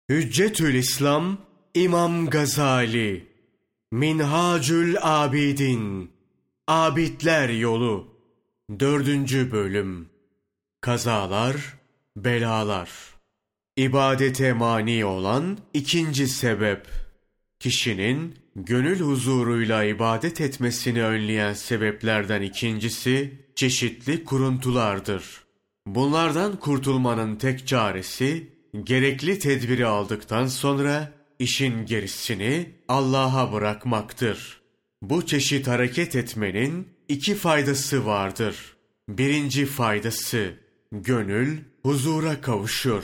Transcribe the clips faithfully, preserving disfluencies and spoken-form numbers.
Hüccetül İslam İmam Gazali Minhacül Abidin Abidler Yolu Dördüncü Bölüm Kazalar, Belalar. İbadete mani olan ikinci sebep. Kişinin gönül huzuruyla ibadet etmesini önleyen sebeplerden ikincisi çeşitli kuruntulardır. Bunlardan kurtulmanın tek çaresi, gerekli tedbiri aldıktan sonra işin gerisini Allah'a bırakmaktır. Bu çeşit hareket etmenin iki faydası vardır. Birinci faydası, gönül huzura kavuşur.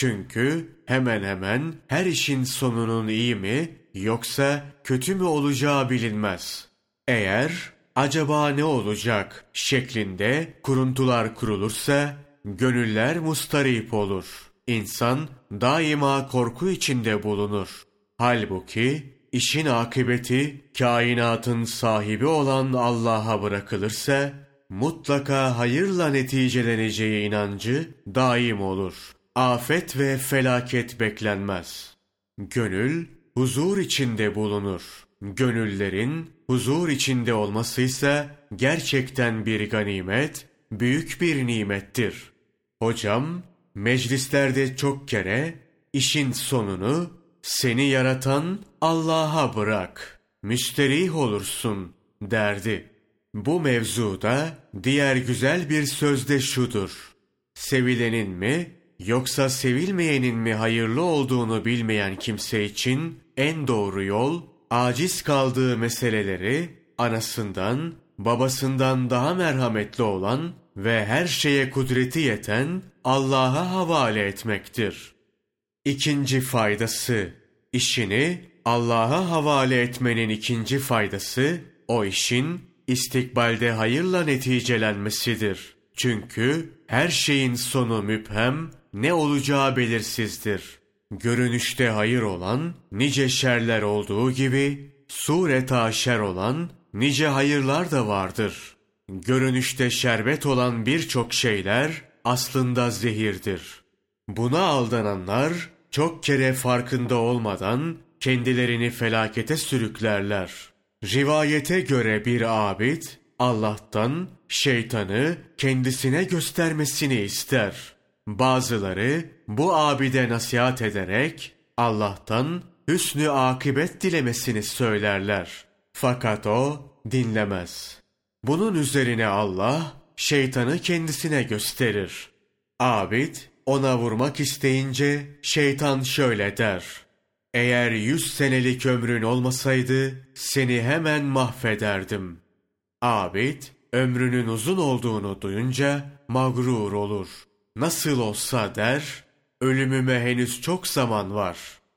Çünkü hemen hemen her işin sonunun iyi mi yoksa kötü mü olacağı bilinmez. Eğer acaba ne olacak şeklinde kuruntular kurulursa gönüller mustarip olur. İnsan daima korku içinde bulunur. Halbuki işin akıbeti kainatın sahibi olan Allah'a bırakılırsa mutlaka hayırla neticeleneceği inancı daim olur. Afet ve felaket beklenmez. Gönül huzur içinde bulunur. Gönüllerin huzur içinde olmasıysa gerçekten bir ganimet, büyük bir nimettir. Hocam meclislerde çok kere işin sonunu seni yaratan Allah'a bırak, müsterih olursun derdi. Bu mevzuda diğer güzel bir sözde şudur: sevilenin mi yoksa sevilmeyenin mi hayırlı olduğunu bilmeyen kimse için en doğru yol, aciz kaldığı meseleleri anasından, babasından daha merhametli olan ve her şeye kudreti yeten Allah'a havale etmektir. İkinci faydası, işini Allah'a havale etmenin ikinci faydası, o işin istikbalde hayırla neticelenmesidir. Çünkü her şeyin sonu müphem, ne olacağı belirsizdir. Görünüşte hayır olan nice şerler olduğu gibi, sureta şer olan nice hayırlar da vardır. Görünüşte şerbet olan birçok şeyler aslında zehirdir. Buna aldananlar çok kere farkında olmadan kendilerini felakete sürüklerler. Rivayete göre bir abid Allah'tan şeytanı kendisine göstermesini ister. Bazıları bu abide nasihat ederek Allah'tan hüsnü akıbet dilemesini söylerler. Fakat o dinlemez. Bunun üzerine Allah şeytanı kendisine gösterir. Abid ona vurmak isteyince şeytan şöyle der: eğer yüz senelik ömrün olmasaydı seni hemen mahvederdim. Abid ömrünün uzun olduğunu duyunca mağrur olur. Nasıl olsa der, ölümüme henüz çok zaman var.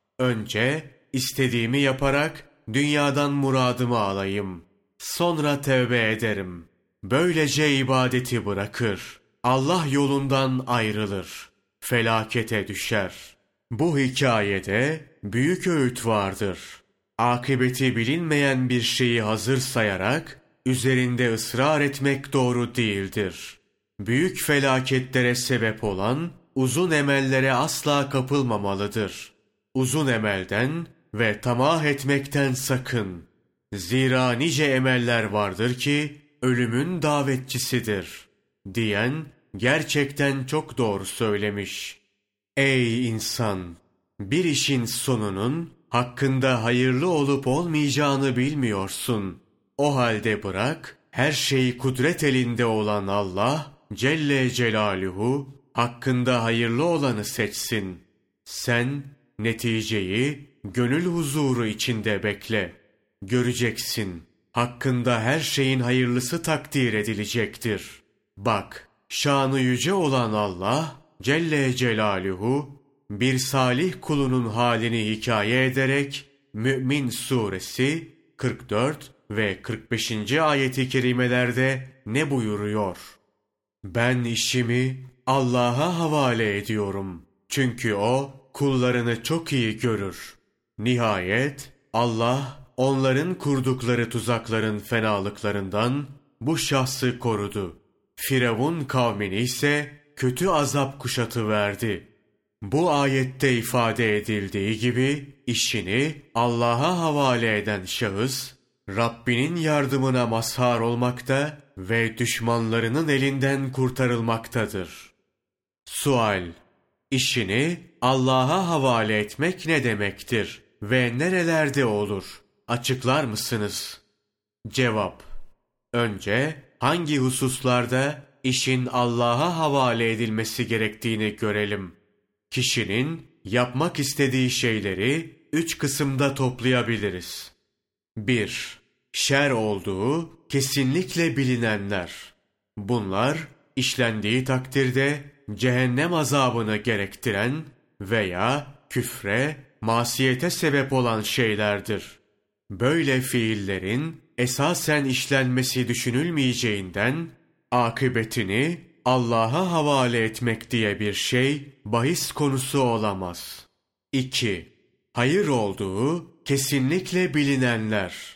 Önce istediğimi yaparak dünyadan muradımı alayım. Sonra tevbe ederim. Böylece ibadeti bırakır. Allah yolundan ayrılır. Felakete düşer. Bu hikayede büyük öğüt vardır. Akıbeti bilinmeyen bir şeyi hazır sayarak üzerinde ısrar etmek doğru değildir. Büyük felaketlere sebep olan uzun emellere asla kapılmamalıdır. Uzun emelden ve tamah etmekten sakın. Zira nice emeller vardır ki ölümün davetçisidir diyen gerçekten çok doğru söylemiş. Ey insan! Bir işin sonunun hakkında hayırlı olup olmayacağını bilmiyorsun. O halde bırak, her şey kudret elinde olan Allah Celle Celaluhu hakkında hayırlı olanı seçsin. Sen neticeyi gönül huzuru içinde bekle. Göreceksin, hakkında her şeyin hayırlısı takdir edilecektir. Bak, şanı yüce olan Allah Celle Celaluhu bir salih kulunun halini hikaye ederek Mü'min suresi kırk dört ve kırk beşinci ayeti kerimelerde ne buyuruyor? Ben işimi Allah'a havale ediyorum. Çünkü O kullarını çok iyi görür. Nihayet Allah onların kurdukları tuzakların fenalıklarından bu şahsı korudu. Firavun kavmini ise kötü azap kuşatıverdi. Bu ayette ifade edildiği gibi işini Allah'a havale eden şahıs, Rabbinin yardımına mazhar olmakta ve düşmanlarının elinden kurtarılmaktadır. Sual: İşini Allah'a havale etmek ne demektir ve nerelerde olur? Açıklar mısınız? Cevap: Önce hangi hususlarda işin Allah'a havale edilmesi gerektiğini görelim. Kişinin yapmak istediği şeyleri üç kısımda toplayabiliriz. bir Şer olduğu kesinlikle bilinenler. Bunlar işlendiği takdirde cehennem azabını gerektiren veya küfre, masiyete sebep olan şeylerdir. Böyle fiillerin esasen işlenmesi düşünülmeyeceğinden akıbetini Allah'a havale etmek diye bir şey bahis konusu olamaz. iki Hayır olduğu kesinlikle bilinenler.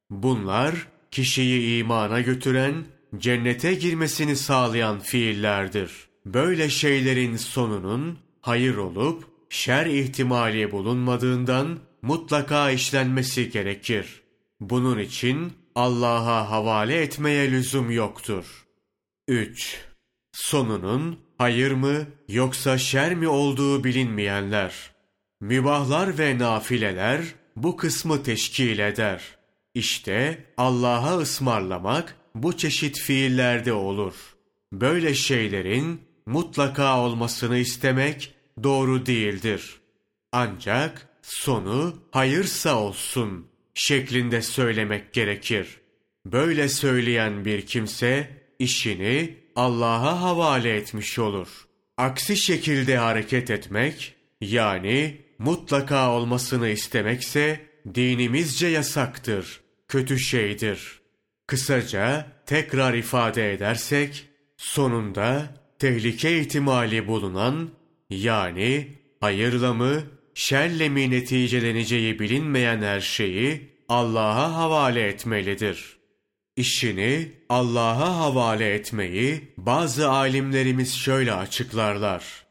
Bunlar kişiyi imana götüren, cennete girmesini sağlayan fiillerdir. Böyle şeylerin sonunun hayır olup şer ihtimali bulunmadığından mutlaka işlenmesi gerekir. Bunun için Allah'a havale etmeye lüzum yoktur. üç Sonunun hayır mı yoksa şer mi olduğu bilinmeyenler. Mübahlar ve nafileler bu kısmı teşkil eder. İşte Allah'a ısmarlamak bu çeşit fiillerde olur. Böyle şeylerin mutlaka olmasını istemek doğru değildir. Ancak sonu hayırsa olsun şeklinde söylemek gerekir. Böyle söyleyen bir kimse işini Allah'a havale etmiş olur. Aksi şekilde hareket etmek, yani mutlaka olmasını istemekse dinimizce yasaktır, kötü şeydir. Kısaca tekrar ifade edersek, sonunda tehlike ihtimali bulunan, yani hayırla mı, şerle mi neticeleneceği bilinmeyen her şeyi Allah'a havale etmelidir. İşini Allah'a havale etmeyi bazı alimlerimiz şöyle açıklarlar.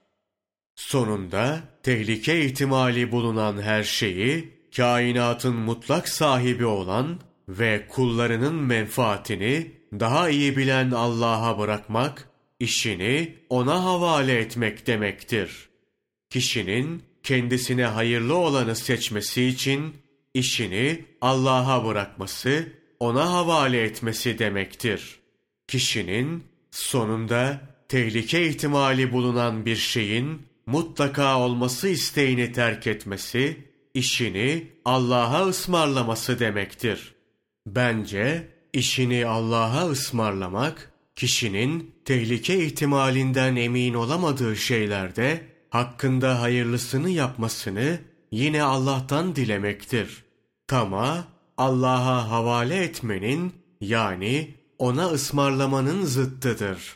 Sonunda tehlike ihtimali bulunan her şeyi kainatın mutlak sahibi olan ve kullarının menfaatini daha iyi bilen Allah'a bırakmak, işini ona havale etmek demektir. Kişinin kendisine hayırlı olanı seçmesi için işini Allah'a bırakması, ona havale etmesi demektir. Kişinin sonunda tehlike ihtimali bulunan bir şeyin mutlaka olması isteğini terk etmesi, işini Allah'a ısmarlaması demektir. Bence işini Allah'a ısmarlamak, kişinin tehlike ihtimalinden emin olamadığı şeylerde hakkında hayırlısını yapmasını yine Allah'tan dilemektir. Tamah, Allah'a havale etmenin, yani ona ısmarlamanın zıttıdır.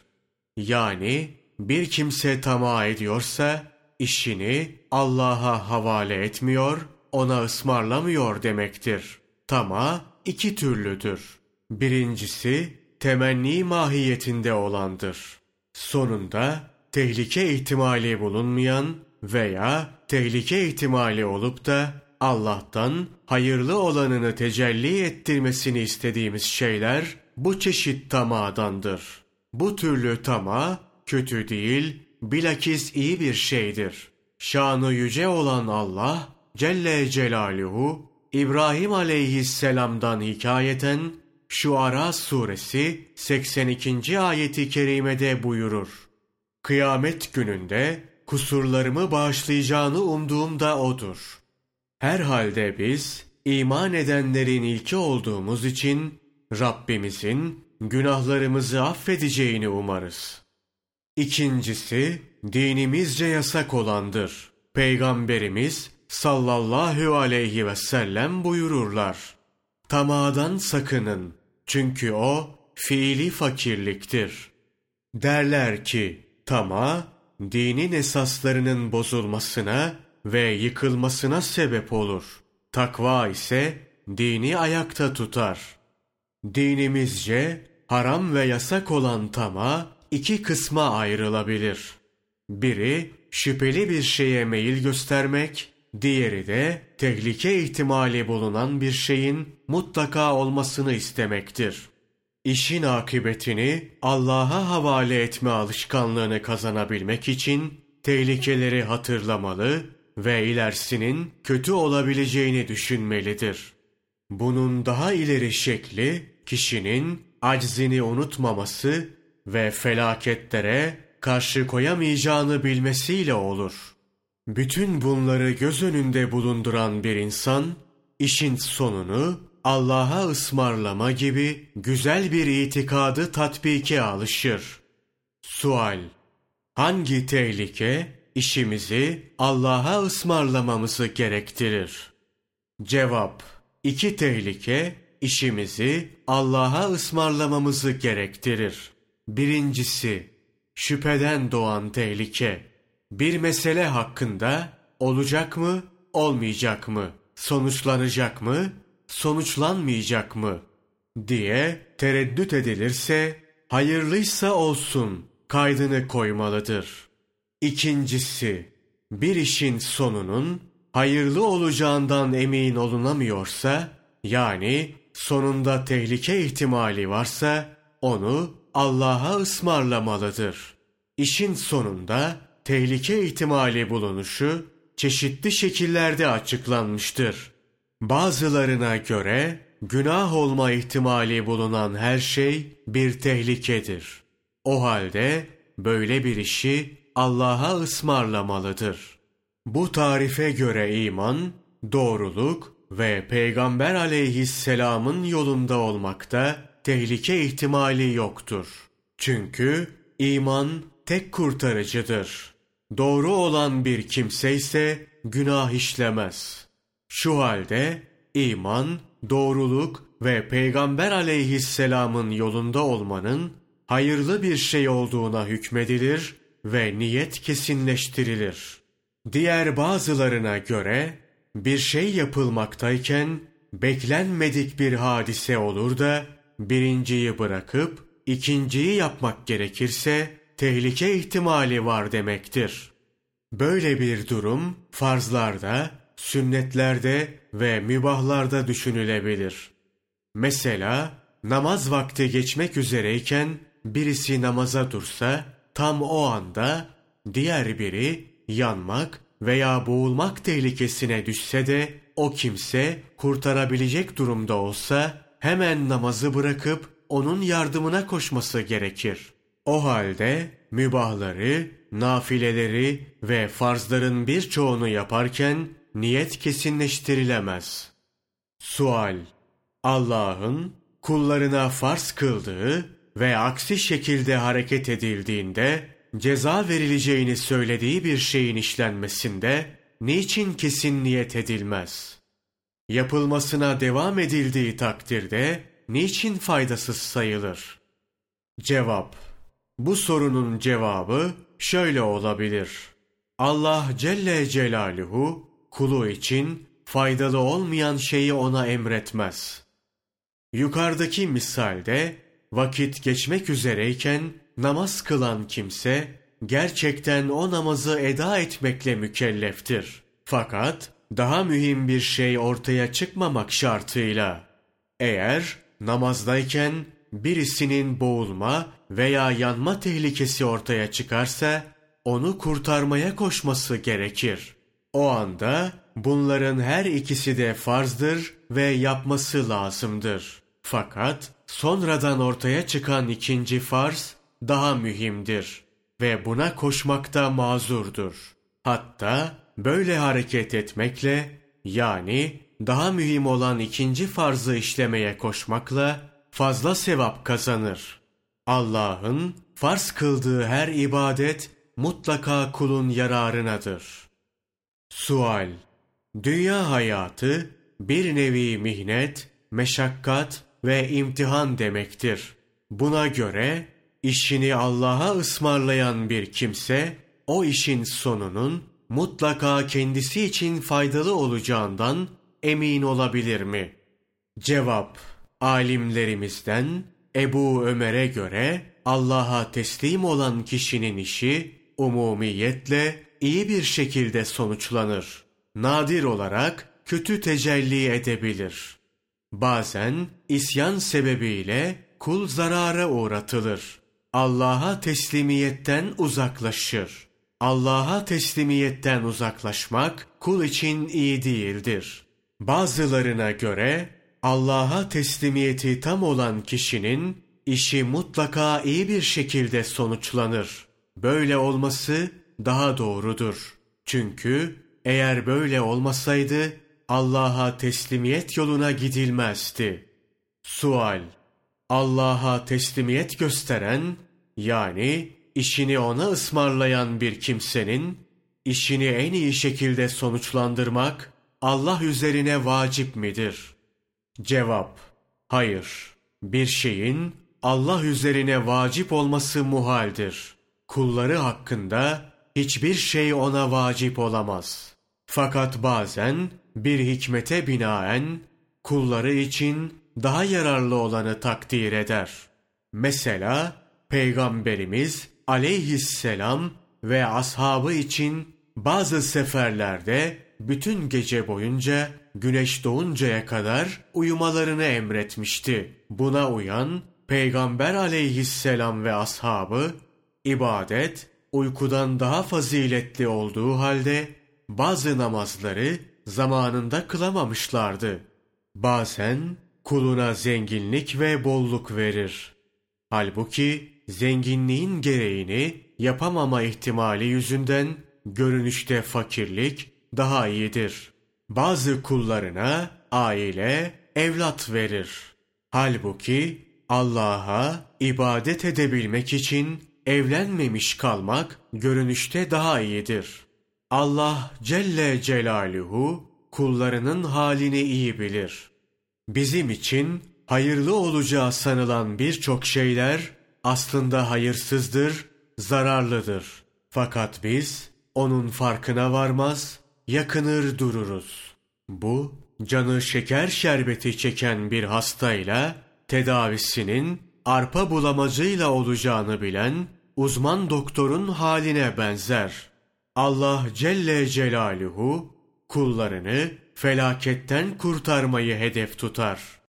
Yani bir kimse tamah ediyorsa, işini Allah'a havale etmiyor, ona ısmarlamıyor demektir. Tamah iki türlüdür. Birincisi, temenni mahiyetinde olandır. Sonunda tehlike ihtimali bulunmayan veya tehlike ihtimali olup da Allah'tan hayırlı olanını tecelli ettirmesini istediğimiz şeyler bu çeşit tamahdandır. Bu türlü tamah kötü değil, bilakis iyi bir şeydir. Şanı yüce olan Allah Celle Celaluhu İbrahim aleyhisselamdan hikayeten Şuara suresi seksen ikinci ayeti kerimede buyurur. Kıyamet gününde kusurlarımı bağışlayacağını umduğum da odur. Herhalde biz iman edenlerin ilki olduğumuz için Rabbimizin günahlarımızı affedeceğini umarız. İkincisi dinimizce yasak olandır. Peygamberimiz sallallahu aleyhi ve sellem buyururlar. Tamahdan sakının, çünkü o fiili fakirliktir. Derler ki tamah dinin esaslarının bozulmasına ve yıkılmasına sebep olur. Takva ise dini ayakta tutar. Dinimizce haram ve yasak olan tamah iki kısma ayrılabilir. Biri şüpheli bir şeye meyil göstermek, diğeri de tehlike ihtimali bulunan bir şeyin mutlaka olmasını istemektir. İşin akıbetini Allah'a havale etme alışkanlığını kazanabilmek için tehlikeleri hatırlamalı ve ilerisinin kötü olabileceğini düşünmelidir. Bunun daha ileri şekli, kişinin aczini unutmaması ve felaketlere karşı koyamayacağını bilmesiyle olur. Bütün bunları göz önünde bulunduran bir insan, işin sonunu Allah'a ısmarlama gibi güzel bir itikadı tatbike alışır. Sual: hangi tehlike işimizi Allah'a ısmarlamamızı gerektirir? Cevap: İki tehlike işimizi Allah'a ısmarlamamızı gerektirir. Birincisi, şüpheden doğan tehlike. Bir mesele hakkında olacak mı, olmayacak mı, sonuçlanacak mı, sonuçlanmayacak mı diye tereddüt edilirse, hayırlıysa olsun kaydını koymalıdır. İkincisi, bir işin sonunun hayırlı olacağından emin olunamıyorsa, yani sonunda tehlike ihtimali varsa, onu Allah'a ısmarlamalıdır. İşin sonunda tehlike ihtimali bulunuşu çeşitli şekillerde açıklanmıştır. Bazılarına göre günah olma ihtimali bulunan her şey bir tehlikedir. O halde böyle bir işi Allah'a ısmarlamalıdır. Bu tarife göre iman, doğruluk ve Peygamber aleyhisselamın yolunda olmakta tehlike ihtimali yoktur. Çünkü iman tek kurtarıcıdır. Doğru olan bir kimse ise günah işlemez. Şu halde iman, doğruluk ve Peygamber aleyhisselamın yolunda olmanın hayırlı bir şey olduğuna hükmedilir ve niyet kesinleştirilir. Diğer bazılarına göre bir şey yapılmaktayken beklenmedik bir hadise olur da birinciyi bırakıp ikinciyi yapmak gerekirse tehlike ihtimali var demektir. Böyle bir durum farzlarda, sünnetlerde ve mübahlarda düşünülebilir. Mesela namaz vakti geçmek üzereyken birisi namaza dursa, tam o anda diğer biri yanmak veya boğulmak tehlikesine düşse de o kimse kurtarabilecek durumda olsa hemen namazı bırakıp onun yardımına koşması gerekir. O halde mübahları, nafileleri ve farzların birçoğunu yaparken niyet kesinleştirilemez. Sual: Allah'ın kullarına farz kıldığı ve aksi şekilde hareket edildiğinde ceza verileceğini söylediği bir şeyin işlenmesinde niçin kesin niyet edilmez? Yapılmasına devam edildiği takdirde niçin faydasız sayılır? Cevap: bu sorunun cevabı şöyle olabilir. Allah Celle Celaluhu kulu için faydalı olmayan şeyi ona emretmez. Yukarıdaki misalde vakit geçmek üzereyken namaz kılan kimse gerçekten o namazı eda etmekle mükelleftir. Fakat daha mühim bir şey ortaya çıkmamak şartıyla, eğer namazdayken birisinin boğulma veya yanma tehlikesi ortaya çıkarsa onu kurtarmaya koşması gerekir. O anda bunların her ikisi de farzdır ve yapması lazımdır. Fakat sonradan ortaya çıkan ikinci farz daha mühimdir ve buna koşmakta mazurdur. Hatta böyle hareket etmekle, yani daha mühim olan ikinci farzı işlemeye koşmakla fazla sevap kazanır. Allah'ın farz kıldığı her ibadet mutlaka kulun yararınadır. Sual: dünya hayatı bir nevi mihnet, meşakkat ve imtihan demektir. Buna göre işini Allah'a ısmarlayan bir kimse o işin sonunun mutlaka kendisi için faydalı olacağından emin olabilir mi? Cevap: alimlerimizden Ebu Ömer'e göre Allah'a teslim olan kişinin işi umumiyetle iyi bir şekilde sonuçlanır. Nadir olarak kötü tecelli edebilir. Bazen isyan sebebiyle kul zarara uğratılır. Allah'a teslimiyetten uzaklaşır. Allah'a teslimiyetten uzaklaşmak kul için iyi değildir. Bazılarına göre Allah'a teslimiyeti tam olan kişinin işi mutlaka iyi bir şekilde sonuçlanır. Böyle olması daha doğrudur. Çünkü eğer böyle olmasaydı Allah'a teslimiyet yoluna gidilmezdi. Sual: Allah'a teslimiyet gösteren, yani işini ona ısmarlayan bir kimsenin işini en iyi şekilde sonuçlandırmak Allah üzerine vacip midir? Cevap: hayır. Bir şeyin Allah üzerine vacip olması muhaldir. Kulları hakkında hiçbir şey ona vacip olamaz. Fakat bazen bir hikmete binaen kulları için daha yararlı olanı takdir eder. Mesela Peygamberimiz aleyhisselam ve ashabı için bazı seferlerde bütün gece boyunca güneş doğuncaya kadar uyumalarını emretmişti. Buna uyan Peygamber aleyhisselam ve ashabı, ibadet uykudan daha faziletli olduğu halde bazı namazları zamanında kılamamışlardı. Bazen kuluna zenginlik ve bolluk verir. Halbuki zenginliğin gereğini yapamama ihtimali yüzünden görünüşte fakirlik daha iyidir. Bazı kullarına aile, evlat verir. Halbuki Allah'a ibadet edebilmek için evlenmemiş kalmak görünüşte daha iyidir. Allah Celle Celaluhu kullarının halini iyi bilir. Bizim için hayırlı olacağı sanılan birçok şeyler aslında hayırsızdır, zararlıdır. Fakat biz onun farkına varmaz, yakınır dururuz. Bu, canı şeker şerbeti çeken bir hastayla tedavisinin arpa bulamacıyla olacağını bilen uzman doktorun haline benzer. Allah Celle Celaluhu kullarını felaketten kurtarmayı hedef tutar.